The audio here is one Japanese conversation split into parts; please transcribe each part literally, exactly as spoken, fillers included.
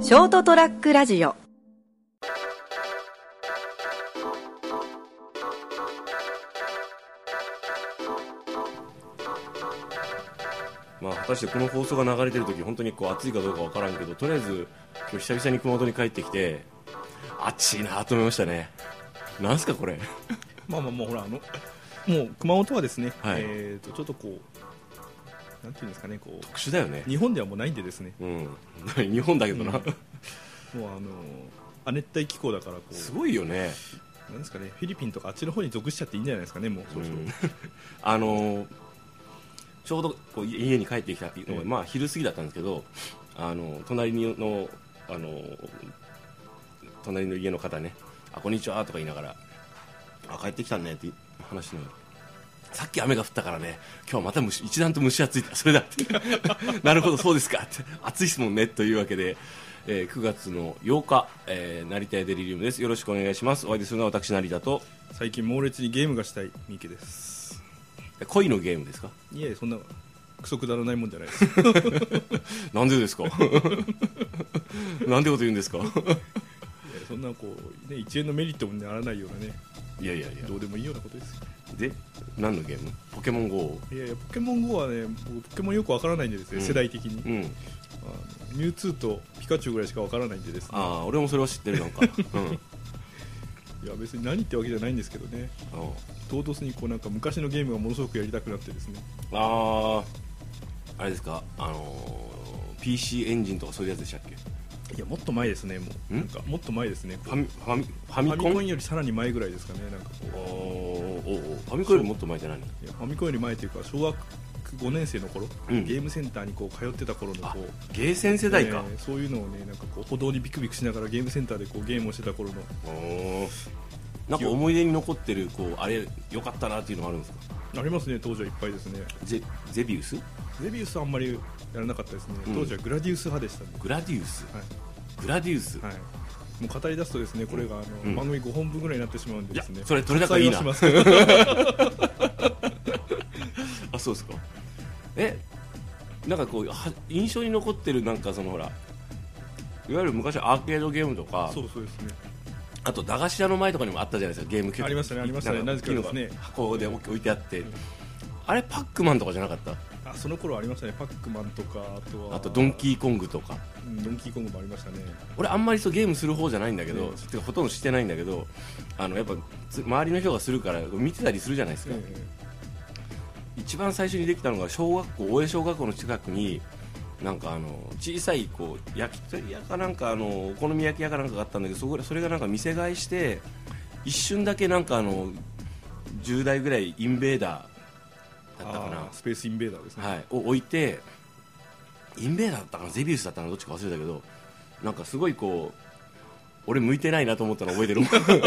ショートトラックラジオ。 まあ、果たしてこの放送が流れてる時本当にこう暑いかどうかわからんけど、とりあえず今日久々に熊本に帰ってきて暑いなと思いましたね。なんすかこれまあまあもうほらあのもう熊本はですね、 はい、 えー、とちょっとこうなんていうんですかね、こう特殊だよね。 日本ではもうないんでですね、 うん、日本だけどな、うん、もうあの亜熱帯気候だからこうすごいよね。 なんですかね、フィリピンとかあっちの方に属しちゃっていいんじゃないですかね、もうそうそう、うん、 あのちょうどこう家に帰ってきたのが、まあ、昼過ぎだったんですけど、あの隣のあの隣の家の方ね、あこんにちはとか言いながら、あ帰ってきたねって話しながら、さっき雨が降ったからね今日はまた蒸し一段と蒸し暑い、それだってなるほどそうですかって暑いですもんねというわけで、えー、くがつのようか、えー、成田屋デリリウムです。よろしくお願いします。お相手するのは私成田と、 最近猛烈にゲームがしたい三池です。 恋のゲームですか？ いえ、そんなクソくだらないもんじゃないですなんでですかなんてこと言うんですか？いやそんなこう、ね、いちえんのメリットにならないようなね、 いやいやいやどうでもいいようなことですよ。 で何のゲーム？ポケモン ゴー？ いやいやポケモン ゴー はね、ポケモンよくわからないんでですね、うん、世代的に、うん、あのミュウツーとピカチュウぐらいしかわからないんでですね。 ああ俺もそれは知ってるなんか、うん、 いや別に何ってわけじゃないんですけどね、唐突にこうなんか昔のゲームがものすごくやりたくなってですね。 あああれですか、あのー、ピーシー エンジンとかそういうやつでしたっけ？ いやもっと前ですね、もうなんかもっと前ですね。 ファミファミファミコン？ ファミコンよりさらに前ぐらいですかね。なんかこうおおファミコンよりもっと前って何？いやファミコンより前というか小学ごねん生の頃、うん、ゲームセンターにこう通ってた頃のこうゲーセン世代か、 えー、そういうのをねなんかこう歩道にビクビクしながらゲームセンターでこうゲームをしてた頃の、 おなんか思い出に残ってるこうあれ良かったなっていうのがあるんですか？ ありますね、当時はいっぱいですね。 ゼ, ゼビウスゼビウスはあんまりやらなかったですね、うん、当時はグラディウス派でしたね。 グラディウス、 はい、 グラディウス、 はい、もう語り出すとですねこれがあの、うん、番組ごほんぶんぐらいになってしまうんでですね。いやそれ取れ高いいなあそうですか。えなんかこう印象に残ってるなんかそのほらいわゆる昔アーケードゲームとか、 そうそうですね、 あと駄菓子屋の前とかにもあったじゃないですか、ゲーム結構ありましたねありましたね。なぜかですね箱で置いてあって、うん、あれパックマンとかじゃなかった？ あその頃ありましたね、パックマンとか、あとはあとドンキーコングとか、 うん、ドンキーコングもありましたね。 俺あんまりそうゲームする方じゃないんだけど、 ね、 てかほとんどしてないんだけど、あのやっぱ周りの人がするから見てたりするじゃないですか、ね、一番最初にできたのが小学校大江小学校の近くになんかあの小さいこう焼き鳥屋かなんかあのお好み焼き屋かなんかがあったんだけど、そこそれがなんか店買いして一瞬だけなんかあのじゅうだいぐらいインベーダーだったかな、 スペースインベーダーですね、 はい、を置いて、インベーダーだったかなゼビウスだったかなどっちか忘れたけど、なんかすごいこう俺向いてないなと思ったの覚えてる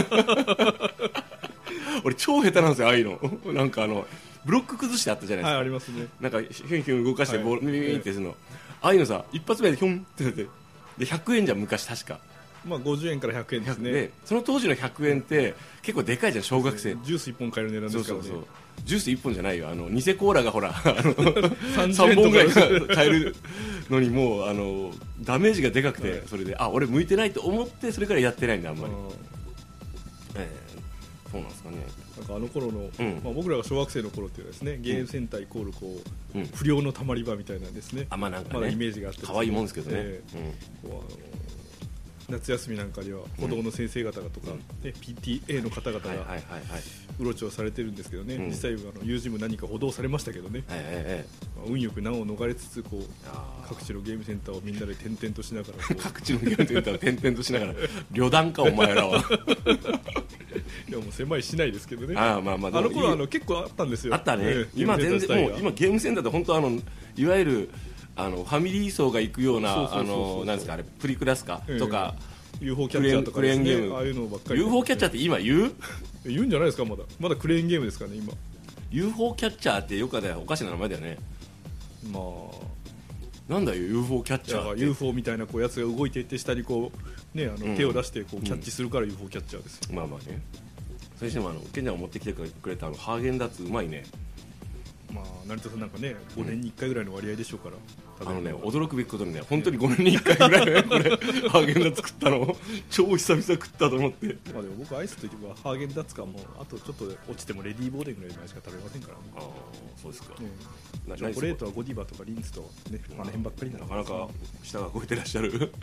俺超下手なんですよああいうのなんかあのブロック崩してあったじゃないですか、 はい、ありますね。 なんかヒュンヒュン動かしてボール、はい、ミミミってするの、 ええああいうのさ一発目でヒョンってなってでひゃくえんじゃん昔確か、 まあ、ごじゅうえんからひゃくえんですね。 でその当時のひゃくえんって結構でかいじゃん小学生、 ジュースいっぽん買える値段ですからね。 そうそうそうジュースいっぽんじゃないよ、あの偽コーラがほらあのさんぼんぐらい買えるのにもうあのダメージがでかくて、はい、それであ俺向いてないと思ってそれからやってないんだあんまり。えー、そうなんですかね。 なんかあの頃の、うんまあ、僕らが小学生の頃っていうのはですね、ゲームセンターイコールこう、うん、不良のたまり場みたいなんですね。 あまあなんかね、 まだイメージがあって、 可愛いもんですけどね、えーうん、こうあの夏休みなんかには歩道の先生方がとか、うんね、ピーティーエー の方々がうろちょされてるんですけどね、うん、実際あの友人も何か補導されましたけどね、はいはいはいまあ、運よく難を逃れつつこう各地のゲームセンターをみんなで転々としながら各地のゲームセンターを転々としながら旅団かお前らはいやもう狭い市内ですけどね。 あ、まあまあ、 あの頃はあの結構あったんですよ。 あったね、えー、今全然もう今ゲームセンターって本当あのいわゆるあのファミリー層が行くようなあのなんですかあれプリクラスか、えー、とかユーフォー キャッチャーとかですね、 クレーンゲーム、 ああいうのばっかり。 ユーフォー キャッチャーって今言う言うんじゃないですか。まだまだクレーンゲームですかね今。 ユーフォー キャッチャーってよくだよおかしな名前だよね。 まあなんだよ ユーフォー キャッチャーって。 ユーフォー みたいなこうやつが動いていって下にこう、ね、あの手を出してこうキャッチするから ユーフォー キャッチャーですよ、 うん、まあまあね。それしてもあのケンちゃんが持ってきてくれたあのハーゲンダッツうまいね。 まあ、成田さんなんかねごねんにいっかいぐらいの割合でしょうから、 うん、あのね驚くべきことにね本当にごねんにいっかいぐらいねこれハーゲンダッツ食ったの超久々食ったと思って。 まあでも僕アイスといえばハーゲンダッツかもうあとちょっと落ちてもレディーボーデンぐらいまでしか食べませんから、ね、 ああそうですか、 うん、チョコレートはゴディバとかリンツと、ね、あの辺ばっかりななかなか舌が超えてらっしゃるなる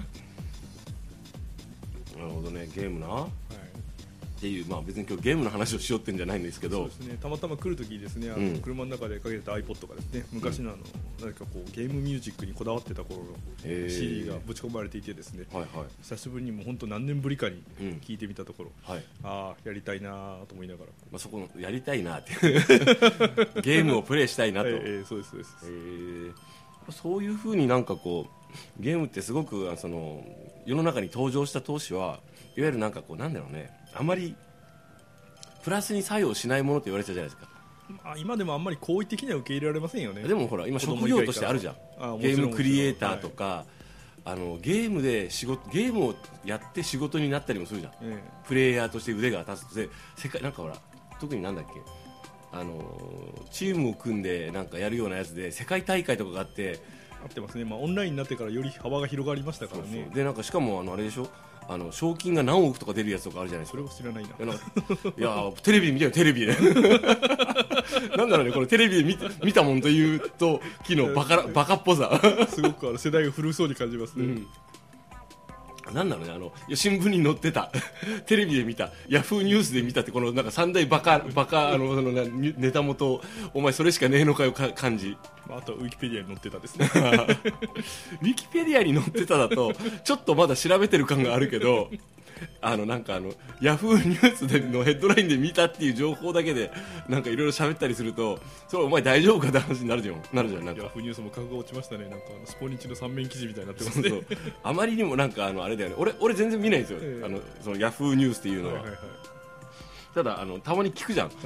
ほどねゲームな、はいっていう、まあ、別に今日ゲームの話をしようってんじゃないんですけど、 そうですね、たまたま来るときですね、あの、うん、車の中でかけてた iPod がですね昔のあの、うん、何かこうゲームミュージックにこだわってた頃の シーディー がぶち込まれていてですね、はいはい、久しぶりにも本当何年ぶりかに聞いてみたところ、うんはい、ああやりたいなと思いながら、 まあ、そこのやりたいなってゲームをプレイしたいなと、えー、 そうですそうです、えー、そういう風になんかこうゲームってすごくその世の中に登場した当時はいわゆるなんかこうなんだろうねあまりプラスに作用しないものって言われてたじゃないですか。 まあ、今でもあんまり好意的には受け入れられませんよね。 でもほら今職業としてあるじゃん。ゲームクリエイターとか、はい、あのゲームで仕事ゲームをやって仕事になったりもするじゃん、ええ、プレイヤーとして腕が立つで世界なんかほら特になんだっけあのチームを組んでなんかやるようなやつで世界大会とかがあってあってますね、まあ、オンラインになってからより幅が広がりましたからね。そうそうでなんかしかもあのあれでしょあの賞金が何億とか出るやつとかあるじゃないですか。 それを知らないな。 い や, いやテレビで見たよテレビでなんだろうねこのテレビで 見, 見たもんというと昨日バカバカっぽさすごくあの世代が古そうに感じますね、うんなんだろうねあのいや新聞に載ってたテレビで見たヤフーニュースで見たってこのなんか三大バカバカあのそのネタ元お前それしかねえのかよか感じ、 まあ、あとはウィキペディアに載ってたですねウィキペディアに載ってただとちょっとまだ調べてる感があるけどあのなんかあのヤフーニュースでのヘッドラインで見たっていう情報だけでなんかいろいろ喋ったりするとそれお前大丈夫かって話になるじゃんなるじゃんなんかヤフーニュースも格が落ちましたね。なんかあのスポニチの三面記事みたいになってますね。そうそうあまりにもなんかあのあれだよね俺俺全然見ないんですよ、えー、あのそのヤフーニュースっていうのは、はいはいはい、ただあのたまに聞くじゃん、はい、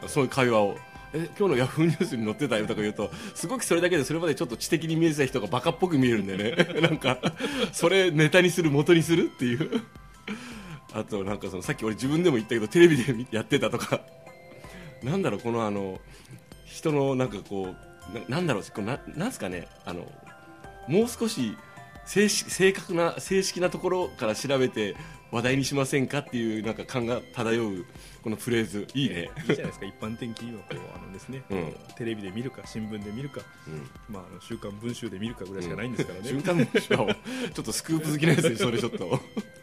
そういう会話をえ今日のヤフーニュースに載ってたよとか言うとすごくそれだけでそれまでちょっと知的に見えてた人がバカっぽく見えるんだよねなんかそれネタにする元にするっていうあとなんかそのさっき俺自分でも言ったけどテレビでやってたとかなんだろうこのあの人のなんかこう な, なんだろうこう な, なんすかねあのもう少し正, 正確な正式なところから調べて話題にしませんかっていうなんか感が漂うこのフレーズいいね。 いいじゃないですか。一般的にはこうあのですね、うん、テレビで見るか新聞で見るか、うんまあ、あの週刊文春で見るかぐらいしかないんですからね、 うん、週刊文春はちょっとスクープ好きなやつにそれちょっと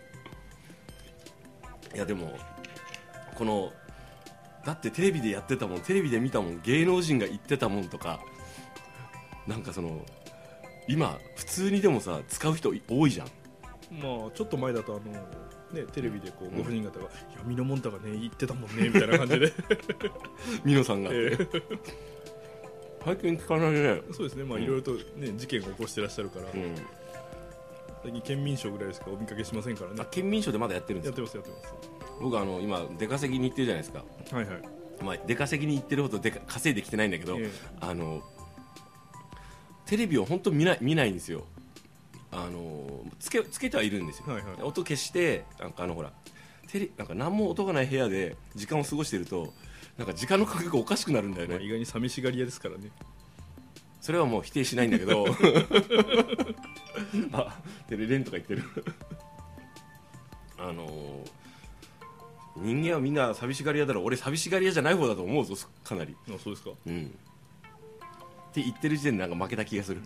いやでもこのだってテレビでやってたもんテレビで見たもん芸能人が言ってたもんとかなんかその今普通にでもさ使う人多いじゃん。 まあちょっと前だとあのね、テレビでこうご婦人方が、うん、いやミノモンタがね言ってたもんねみたいな感じでミノさんが、えー、最近聞かないね。 そうですね、まあいろいろとね事件を起こしてらっしゃるから、うん、最近県民賞ぐらいしかお見かけしませんからね。 あ県民賞でまだやってるんですか。 やってますやってます。 僕あの今出稼ぎに行ってるじゃないですか。 はいはい。 まあ出稼ぎに行ってるほどでか稼いできてないんだけど、えー、あのテレビを本当見ない見ないんですよ。あのつけつけてはいるんですよ、はいはい、音消してなんかあのほらテレなんか何も音がない部屋で時間を過ごしているとなんか時間の感覚がおかしくなるんだよね、 まあ、意外に寂しがり屋ですからね。 それはもう否定しないんだけどあテレレンとか言ってるあの人間はみんな寂しがり屋だろう。俺寂しがり屋じゃない方だと思うぞかなり。 あそうですか、 うん、って言ってる時点でなんか負けた気がする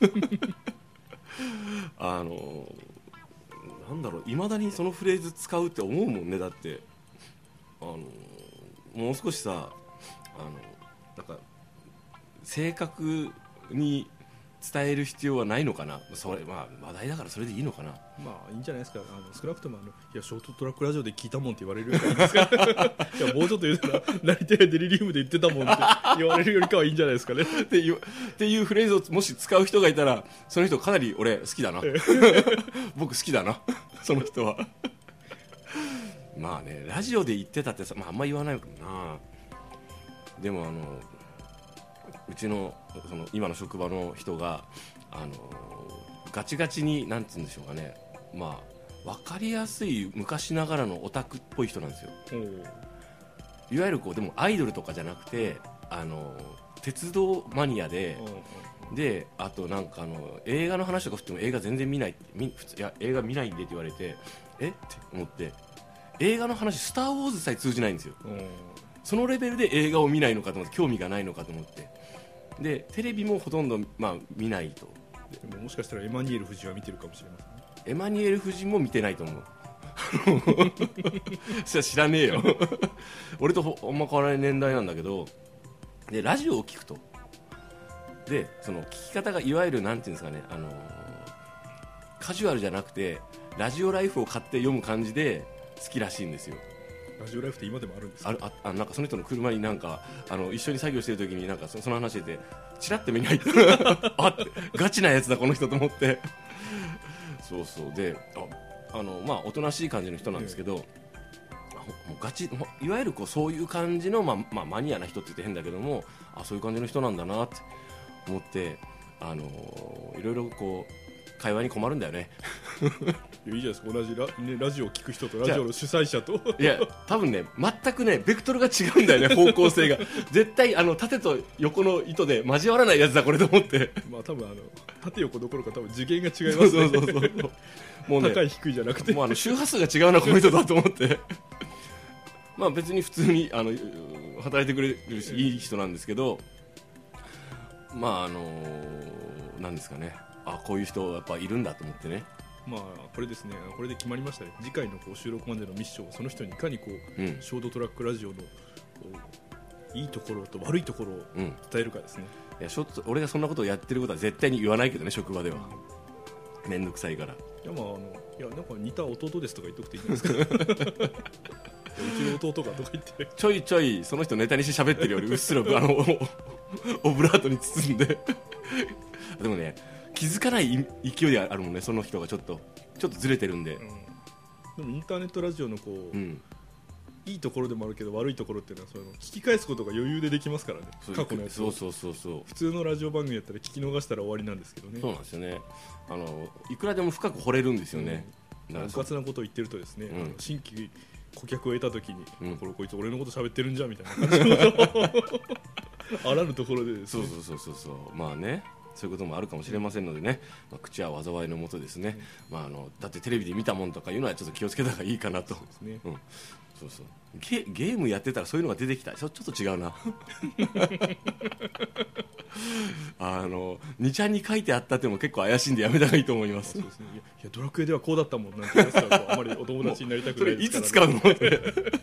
あのなんだろういまだにそのフレーズ使うって思うもんね。だってあのもう少しさあのなんか正確に伝える必要はないのかな。それ、まあ、話題だからそれでいいのかな。 まあいいんじゃないですか。あの少なくともあのいやショートトラックラジオで聞いたもんって言われるよりはいいですかいやもうちょっと言うたら成田やデリリウムで言ってたもんって言われるよりかはいいんじゃないですかねっていう、っていうフレーズをもし使う人がいたらその人かなり俺好きだな僕好きだなその人はまあねラジオで言ってたってさ、まあ、あんま言わないかな。でもあのうちの、その今の職場の人があのガチガチになんて言うんでしょうかね、まあ、分かりやすい昔ながらのオタクっぽい人なんですよ。いわゆるこうでもアイドルとかじゃなくてあの鉄道マニアで、 うん、 であとなんかあの映画の話とか振っても映画全然見ないみ普通いや映画見ないんでって言われてえって思って映画の話スター・ウォーズさえ通じないんですよ、うん、そのレベルで映画を見ないのかと思って興味がないのかと思ってでテレビもほとんど、まあ、見ないとでももしかしたらエマニュエル夫人は見てるかもしれませんね。 エマニュエル夫人も見てないと思うそれは知らねえよ俺とほんま変わらない年代なんだけどでラジオを聞くとでその聞き方がいわゆるなんていうんですかね、あのー、カジュアルじゃなくてラジオライフを買って読む感じで好きらしいんですよ。 ラジオライフって今でもあるんですか？ ああなんかその人の車になんかあの一緒に作業してる時になんか そ, その話しててチラッて目に入ってあってガチなやつだこの人と思ってそうそうでああの、まあ、おとなしい感じの人なんですけど、えー、もうガチいわゆるこうそういう感じの、まあまあ、マニアな人って言って変だけどもあそういう感じの人なんだなって思ってあのいろいろこう会話に困るんだよねいいじゃないですか同じ ラ,、ね、ラジオを聞く人とラジオの主催者といや多分ね全くねベクトルが違うんだよね方向性が絶対あの縦と横の糸で交わらないやつだこれと思ってまあ多分あの縦横どころか多分次元が違いますねそうそうそうそうもう、ね、高い低いじゃなくてもうあの周波数が違うなこの人だと思ってまあ別に普通にあの働いてくれるしいい人なんですけどまああのなんですかねあこういう人やっぱいるんだと思ってねまあこれですねこれで決まりましたね次回のこう収録までのミッションをその人にいかにこう、うん、ショートトラックラジオのいいところと悪いところを伝えるかですね、 うん、いやショート俺がそんなことをやってることは絶対に言わないけどね職場では、うん、めんどくさいからいやまああのいやなんか似た弟ですとか言っとくといいんですかうちの弟がとか言ってちょいちょいその人ネタにして喋ってるよりうっすらあのオブラートに包んででもね気づかない勢いであるもんねその人がちょっとちょっとずれてるんで、うん、 でもインターネットラジオのこう、うん、いいところでもあるけど悪いところっていうのはその聞き返すことが余裕でできますからね過去のやつそうそうそうそう普通のラジオ番組やったら聞き逃したら終わりなんですけどねそうなんですよねあのいくらでも深く掘れるんですよね、 うん、だからうかつなことを言ってるとですね、うん、新規顧客を得た時に、うん、これこいつ俺のこと喋ってるんじゃみたいな感じのあらぬところでですねそうそうそうそうまあねそういうこともあるかもしれませんのでね、まあ、口は災いのもとですね、うんまあ、あのだってテレビで見たもんとかいうのはちょっと気をつけた方がいいかなとそうですね、うん、そうそう ゲ, ゲームやってたらそういうのが出てきたちょ, ちょっと違うなあのにちゃんに書いてあったっていうのも結構怪しいんでやめた方がいいと思いますそうですね、いやいやドラクエではこうだったもんなんて言いますからあまりお友達になりたくないですから、ね、 いつ使うのって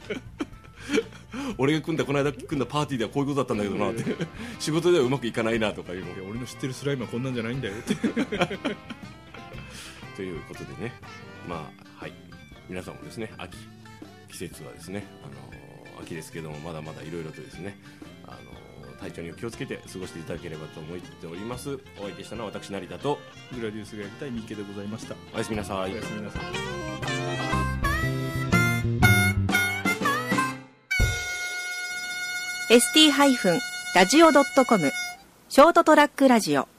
俺が組んだこの間組んだパーティーではこういうことだったんだけどなって仕事ではうまくいかないなとかいうのいや俺の知ってるスライムはこんなんじゃないんだよってということでねまあはい皆さんもですね秋季節はですね、あのー、秋ですけどもまだまだいろいろとですね、あのー、体調に気をつけて過ごしていただければと思っております。お相手したのは私成田とグラディウスがやりたい三池でございました。 おやすみなさい。 おやすみなさい。 エスティー ラジオ ドットコム ショートトラックラジオ